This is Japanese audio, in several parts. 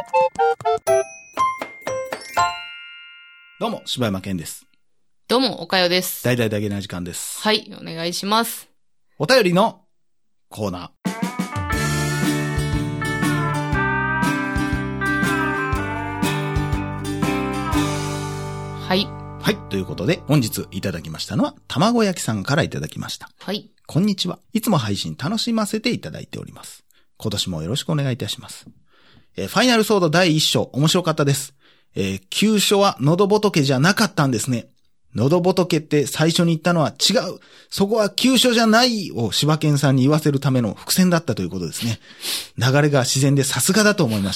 どうも、柴山健です。 どうも、おかよです。 大々だけな時間です。 はい、お願いします。 お便りのコーナー。 はい。 はい、ということで、本日いただきましたのは、卵焼きさんからいただきました。 はい。 こんにちは。いつも配信楽しませていただいております。今年もよろしくお願いいたします。ファイナルソード第1章、面白かったです。急所は喉仏じゃなかったんですね。喉仏って最初に言ったのは違う。そこは急所じゃないを柴犬さんに言わせるための伏線だったということですね。流れが自然でさすがだと思いました。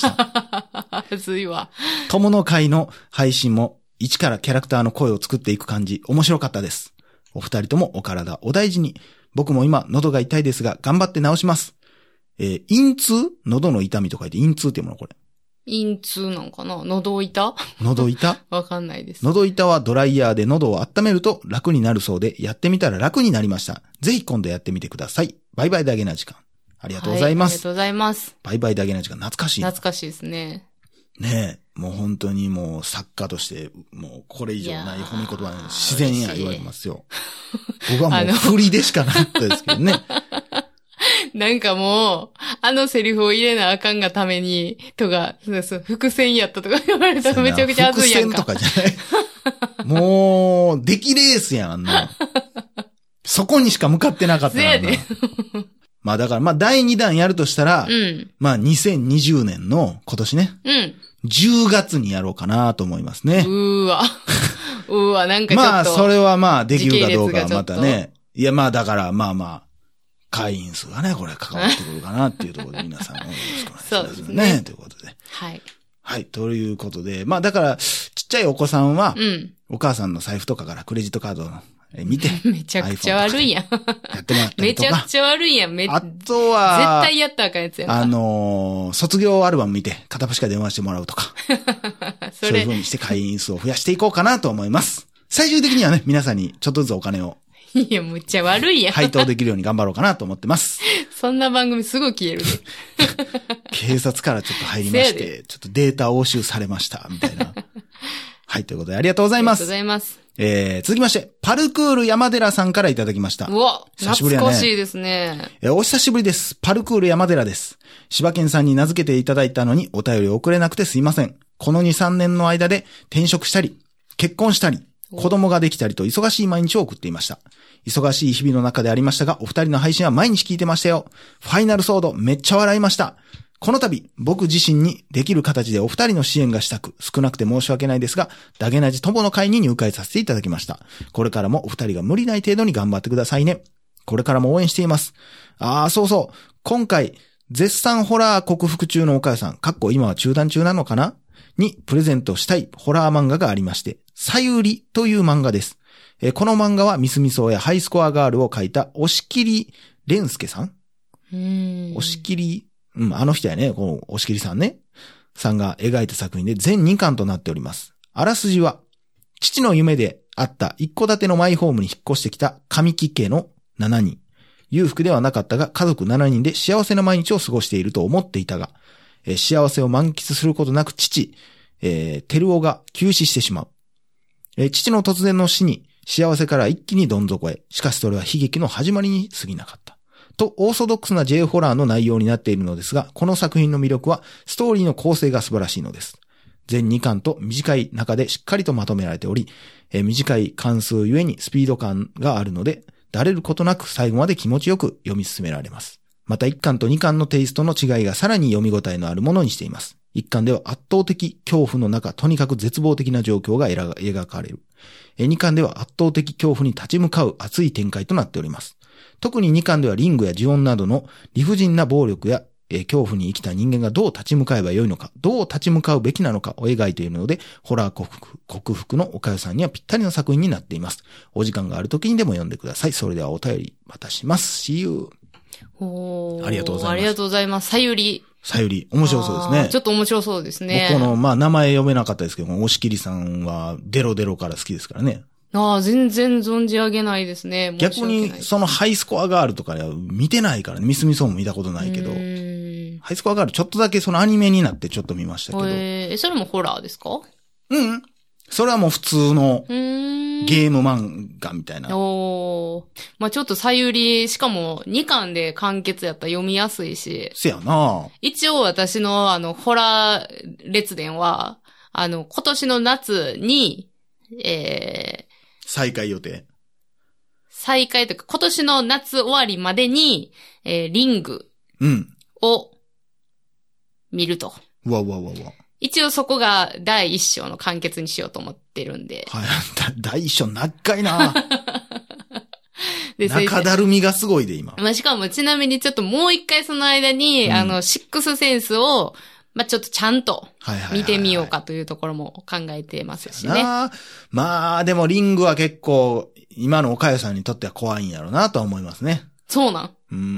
ずいわ。 友の会の配信も一からキャラクターの声を作っていく感じ、面白かったです。お二人ともお体お大事に。僕も今喉が痛いですが頑張って治します。陰痛？喉の痛みと書いて陰痛っていうものこれ。 陰痛なんかな？喉痛？ 喉痛？ わかんないです。 喉痛はドライヤーで喉を温めると楽になるそうで、やってみたら楽になりました。ぜひ今度やってみてください。バイバイだけな時間。ありがとうございます。 はい、ありがとうございます。 バイバイだけな時間、懐かしい。 懐かしいですね。 ねえ、もう本当にもう作家として、もうこれ以上ない褒め言葉、自然や言われますよ。僕はもう振りでしかなかったですけどね。 なんかもう、セリフを入れなあかんがために、とか、そう伏線やったとか言われたらめちゃくちゃ熱いやんか。 伏線とかじゃない。もう、出来レースやん、あんな。そこにしか向かってなかったな。まあだから、まあ第2弾やるとしたら、まあ2020年の今年ね。10月にやろうかなと思いますね。 うーわ、なんかちょっと。 まあ、それはまあ、できるかどうかはまたね。いや、まあだから、まあ、会員数がね、これ関わってくるかなっていうところで皆さんよろしくお願いします。そうですね。ということで。 はい。 はい、ということで。まあだから、ちっちゃいお子さんは、お母さんの財布とかからクレジットカードを見て。 めちゃくちゃ悪いやん。 やってもらったりとか。 めちゃくちゃ悪いやん。 あとは、 絶対やったらあかんやつやんか。 卒業アルバム見て、片っ端から電話してもらうとか。そういう風にして会員数を増やしていこうかなと思います。最終的にはね、皆さんにちょっとずつお金を。 いや、むっちゃ悪いやん。 配当できるように頑張ろうかなと思ってます。 そんな番組すぐ消えるで。 警察からちょっと入りまして、ちょっとデータ押収されました、みたいな。はい、ということでありがとうございます。 ありがとうございます。 続きまして、パルクール山寺さんからいただきました。 うわ、懐かしいですね。 お久しぶりです。パルクール山寺です。柴犬さんに名付けていただいたのにお便り送れなくてすいません。この2、3年の間で転職したり、結婚したり、子供ができたりと忙しい毎日を送っていました。忙しい日々の中でありましたが、お二人の配信は毎日聞いてましたよ。ファイナルソードめっちゃ笑いました。この度、僕自身にできる形でお二人の支援がしたく、少なくて申し訳ないですが、ダゲナジ友の会に入会させていただきました。これからもお二人が無理ない程度に頑張ってくださいね。これからも応援しています。そうそう。今回、絶賛ホラー克服中のおかゆさん、今は中断中なのかなにプレゼントしたいホラー漫画がありまして、さゆりという漫画です。この漫画はミスミソウやハイスコアガールを書いた押切蓮介さん押切、あの人やね、この押切さんね。さんが描いた作品で全2巻となっております。あらすじは、父の夢であった一戸建てのマイホームに引っ越してきた神木家の7人。裕福ではなかったが家族7人で幸せな毎日を過ごしていると思っていたが、幸せを満喫することなく父、照夫が急死してしまう。父の突然の死に幸せから一気にどん底へ。しかしそれは悲劇の始まりに過ぎなかった。と、オーソドックスな J ホラーの内容になっているのですが、この作品の魅力はストーリーの構成が素晴らしいのです。全2巻と短い中でしっかりとまとめられており、短い巻数ゆえにスピード感があるので、だれることなく最後まで気持ちよく読み進められます。また1巻と2巻のテイストの違いがさらに読み応えのあるものにしています。1巻では圧倒的恐怖の中、とにかく絶望的な状況が描かれる。2巻では圧倒的恐怖に立ち向かう熱い展開となっております。特に2巻ではリングや呪音などの理不尽な暴力や恐怖に生きた人間がどう立ち向かえばよいのか、どう立ち向かうべきなのかを描いているので、ホラー克服のおかゆさんにはぴったりの作品になっています。お時間がある時にでも読んでください。それではお便り渡します。See you。ありがとうございます。 ありがとうございます。さゆり。 さゆり、面白そうですね。 ちょっと面白そうですね。 僕の、名前読めなかったですけど、押切さんはデロデロから好きですからね。 全然存じ上げないですね。 逆に、そのハイスコアガールとかは見てないからね。ミスミソも見たことないけど。 ハイスコアガールちょっとだけそのアニメになってちょっと見ましたけど。 それもホラーですか？ うん。それはもう普通のゲーム漫画みたいな。 まあちょっとさゆり、しかも2巻で完結やったら読みやすいし。 せやな。 一応私のホラー列伝は、今年の夏に、 再開予定。 再開というか、今年の夏終わりまでに、リングを見ると。 うわうわうわうわ。 一応そこが第一章の完結にしようと思ってるんで。 はい。第一章長いなで中だるみがすごいで今。 まあ、しかもちなみにちょっともう一回その間に、シックスセンスを、まあ、ちょっとちゃんと見てみようかというところも考えてますしね。 まあ、でもリングは結構、今の岡谷さんにとっては怖いんやろうなとは思いますね。 そうなん？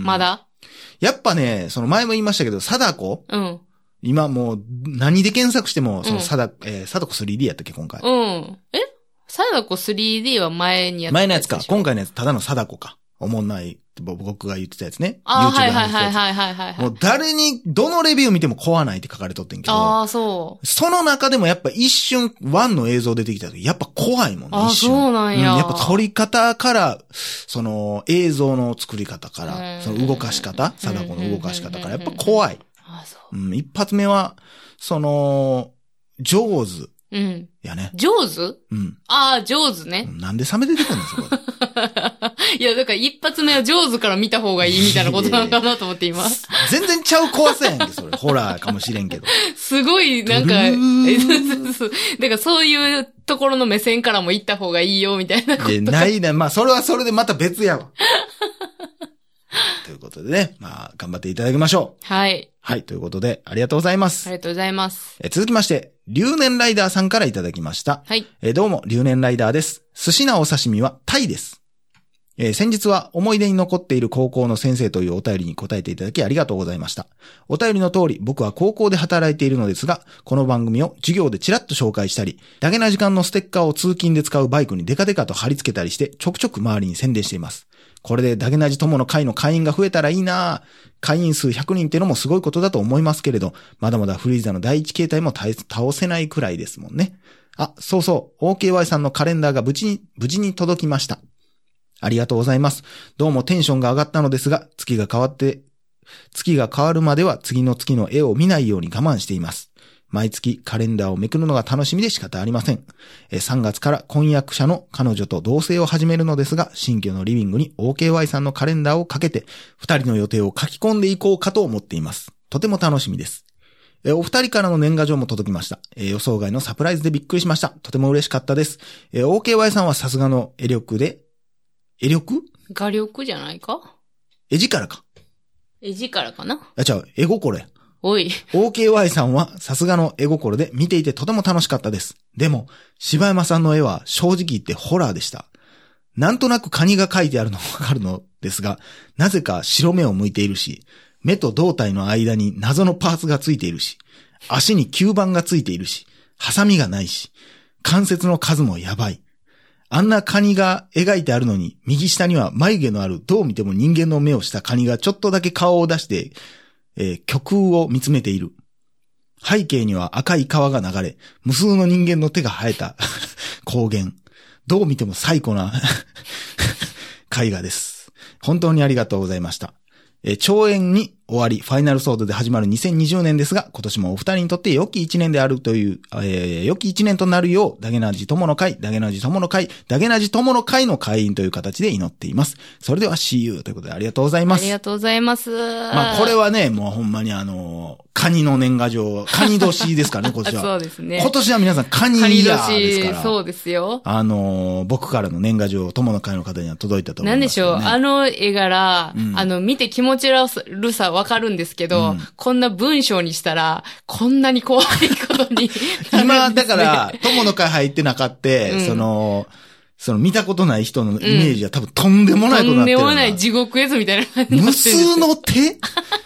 まだ？ やっぱね、その前も言いましたけど、貞子？今もう何で検索しても、その貞子 3D やったっけ今回。 貞子 3D は前にやった前のやつか。今回のやつただの貞子か。おもんないって僕が言ってたやつね。 はいはいはいはいはい。 もう誰に、どのレビュー見ても怖ないって書かれとってんけど。 そう。 その中でもやっぱ一瞬1の映像出てきた時、やっぱ怖いもんね、一瞬。 そうなんや。 やっぱ撮り方から、その映像の作り方から、その動かし方、貞子の動かし方から、やっぱ怖い。一発目は、その、上手。やね。 上手？上手ね。 なんでサメ出てくるんですかいや、だから一発目は上手から見た方がいいみたいなことなのかなと思って今。 全然ちゃう怖さやんけ、それ。ホラーかもしれんけど。 すごい、なんか、だからそういうところの目線からも行った方がいいよ、みたいなこと。 ないな。まあ、それはそれでまた別やわ。ということでね、まあ、頑張っていただきましょう。 はい。 はい、ということで、ありがとうございます。 ありがとうございます。 続きまして、留年ライダーさんからいただきました。 はい。 どうも、留年ライダーです。寿司なお刺身はタイです。先日は思い出に残っている高校の先生というお便りに答えていただきありがとうございました。お便りの通り、僕は高校で働いているのですが、この番組を授業でちらっと紹介したり、だけな時間のステッカーを通勤で使うバイクにデカデカと貼り付けたりして、ちょくちょく周りに宣伝しています。これでダゲナジ友の会の会員が増えたらいいなぁ。会員数100人ってのもすごいことだと思いますけれど、まだまだフリーザの第一形態も倒せないくらいですもんね。そうそう、OKY さんのカレンダーが無事に届きました。ありがとうございます。どうもテンションが上がったのですが、月が変わるまでは次の月の絵を見ないように我慢しています。毎月カレンダーをめくるのが楽しみで仕方ありません。3月から婚約者の彼女と同棲を始めるのですが、新居のリビングに OKY さんのカレンダーをかけて、2人の予定を書き込んでいこうかと思っています。とても楽しみです。お二人からの年賀状も届きました。予想外のサプライズでびっくりしました。とても嬉しかったです。OKY さんはさすがの絵力で、 画力じゃないか？ 絵力か。 絵力かな？ 絵心や。 おい。 OKY さんはさすがの絵心で見ていてとても楽しかったです。でも、柴山さんの絵は正直言ってホラーでした。なんとなくカニが描いてあるのがわかるのですが、なぜか白目を向いているし、目と胴体の間に謎のパーツがついているし、足に吸盤がついているし、ハサミがないし、関節の数もやばい。あんなカニが描いてあるのに、右下には眉毛のあるどう見ても人間の目をしたカニがちょっとだけ顔を出して、虚空を見つめている。背景には赤い川が流れ、無数の人間の手が生えた高原。どう見ても最古な絵画です。本当にありがとうございました。長演に終わり、ファイナルソードで始まる2020年ですが、今年もお二人にとって良き一年であるという、良き一年となるよう、ダゲナジ友の会、ダゲナジ友の会、ダゲナジ友の会の会員という形で祈っています。それでは See you ということでありがとうございます。 ありがとうございます。 まあこれはね、もうほんまにカニの年賀状、カニ年ですからね、今年は。 そうですね。 今年は皆さんカニイヤーですから。 そうですよ。 僕からの年賀状、友の会の方には届いたと思います、ね。 なんでしょう、絵柄、見て気持ち悪さわかるんですけど、こんな文章にしたら、こんなに怖いことになるんですね。 今、だから、友の会入ってなかって、その見たことない人のイメージは多分とんでもないことになってる。 とんでもない地獄絵図みたいな感じになってる。 無数の手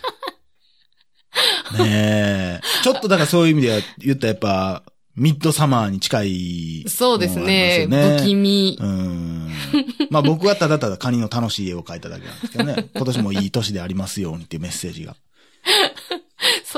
ねえ。ちょっとだからそういう意味では言ったらやっぱ、ミッドサマーに近い、 そうですね。不気味。 まあ僕はただただカニの楽しい絵を描いただけなんですけどね。今年もいい年でありますようにっていうメッセージが。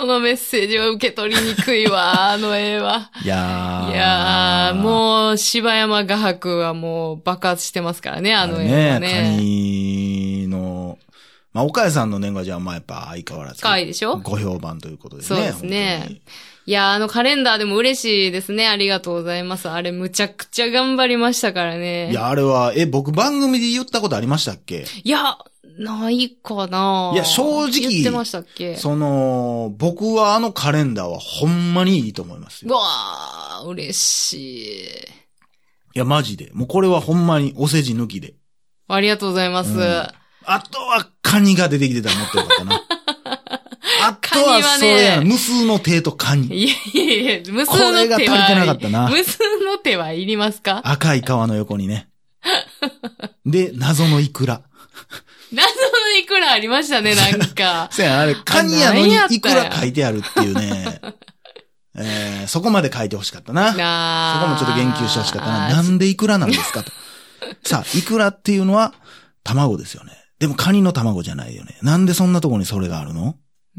そのメッセージは受け取りにくいわ、あの絵は。 いやー。 もう、柴山画伯はもう爆発してますからね、あの絵はね。 カニの、まあ、岡谷さんの年賀状はまあやっぱ相変わらず。 可愛いでしょ？ ご評判ということですね。 ね。 そうですね。いやカレンダーでも嬉しいですね。ありがとうございます。あれむちゃくちゃ頑張りましたからね。 いや、あれは、僕番組で言ったことありましたっけ？ いや、ないかな。 いや、正直。 言ってましたっけ？ 僕はあのカレンダーはほんまにいいと思いますよ。 うわー、嬉しい。 いや、マジで。もうこれはほんまにお世辞抜きで。 ありがとうございます。 あとはカニが出てきてたらもっとよかったな。あとはそれや、無数の手とカニ。 いや、無数の手は。これが足りてなかったな。 無数の手はいりますか？ 赤い川の横にね。で、謎のイクラ。 謎のイクラありましたね、なんか。 そうや、あれ、カニやのにイクラ書いてあるっていうね。そこまで書いてほしかったな。そこもちょっと言及してほしかったな。なんでイクラなんですかと。さあ、イクラっていうのは卵ですよね。でもカニの卵じゃないよね。なんでそんなとこにそれがあるの？ うん。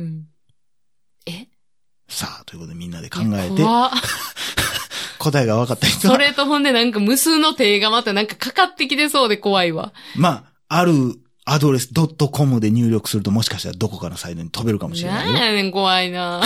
さあ、ということでみんなで考えて。答えが分かった人は。 それとほんでなんか無数の手がまたなんかかかってきてそうで怖いわ。 まあ、あるアドレス .com で入力するともしかしたらどこかのサイトに飛べるかもしれないよ。 なんやねん、怖いな。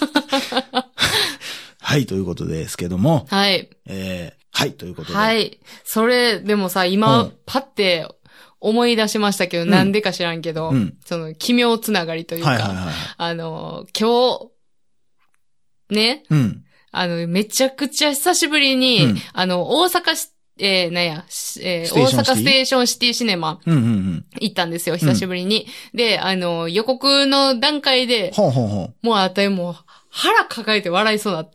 はい、ということですけども。 はい。 はい、ということで。 はい。それ、でもさ、今、パッて思い出しましたけど、なんでか知らんけど、その、奇妙つながりというか、今日、ね、めちゃくちゃ久しぶりに、大阪大阪ステーションシティシネマ、行ったんですよ、久しぶりに。で、予告の段階で、もうあたりもう、腹抱えて笑いそうになって、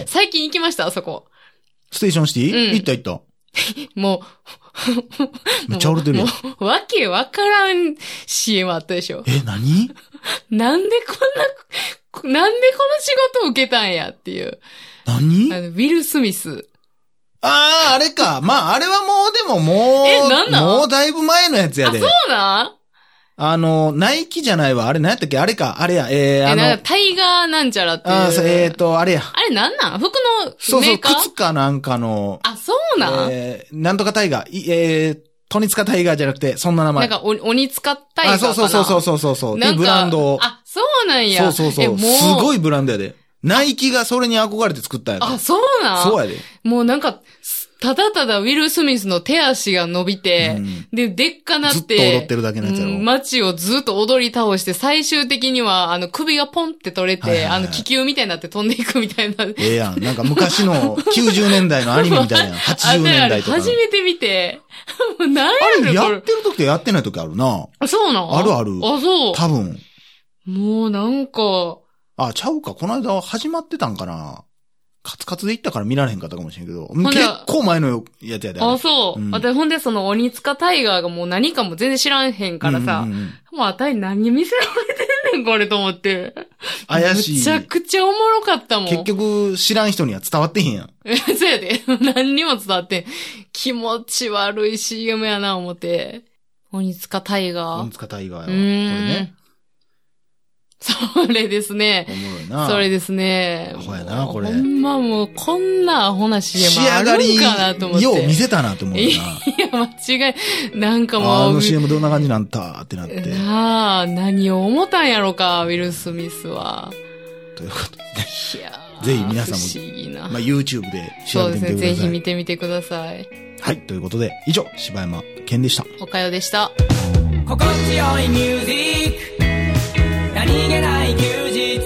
最近行きました、あそこ。 ステーションシティ？行った。 もう、めっちゃ売れてるよ。 わけわからん CM あったでしょ。 何？ なんでこの仕事を受けたんやっていう。 何？ ウィル・スミス。 ああ、あれか。まあ、あれはもうだいぶ前のやつやで。 あ、そうなん？ ナイキじゃないわ。あれ何やったっけ？あれか。あれや。 なんかタイガーなんちゃらっていう。 あれや。 あれなんなん？服のメーカー？ そう、靴かなんかの。 あ、そうなん？ なんとかタイガー。トニツカタイガーじゃなくて、そんな名前。 なんか、鬼塚タイガーかな。 そう。っていうブランドを。 あ、そうなんや。 そう。すごいブランドやで。ナイキがそれに憧れて作ったやつ。 あ、そうなん？ そうやで。 もうなんか、ただただウィル・スミスの手足が伸びて、でっかなって、 ずっと踊ってるだけのやつやろ。 街をずっと踊り倒して、最終的には、首がポンって取れて、気球みたいになって飛んでいくみたいな。 やん。なんか昔の90年代のアニメみたいな。80年代とか。 初めて見て、何やあれやってる時とやってない時あるな。 そうなの？ ある。 あ、そう。 多分。 もうなんか。 あ、ちゃうか。この間始まってたんかな。カツカツで行ったから見られへんかったかもしれんけど。結構前のやつやで。 あ、そう。私ほんでその鬼塚タイガーがもう何かも全然知らんへんからさ。もうあたり何見せられてんねんこれと思って。 怪しい。 めちゃくちゃおもろかったもん。 結局知らん人には伝わってへんやん。 そうやで。何にも伝わってん。気持ち悪い CM やな思って。鬼塚タイガー。 鬼塚タイガーやわ。これね。 それですね。 おもろいな。 それですね。 アホやな、これ。 ほんまもう、こんなアホな CM あるんかなと思って。 よう見せたなと思うな。いや、間違い。なんかもう。 あの CM どんな感じなんだってなって。 何を思ったんやろか、ウィル・スミスは。 ということでね。 いやぜひ皆さんも。 不思議な。 YouTube で調べてみてください。そうですね。 ぜひ見てみてください。 はい。ということで、以上、柴山健でした。 おかよでした。 心地よいミュージック。何気ない休日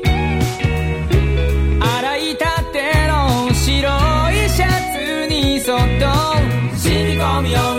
洗いたての白いシャツにそっと染み込むよ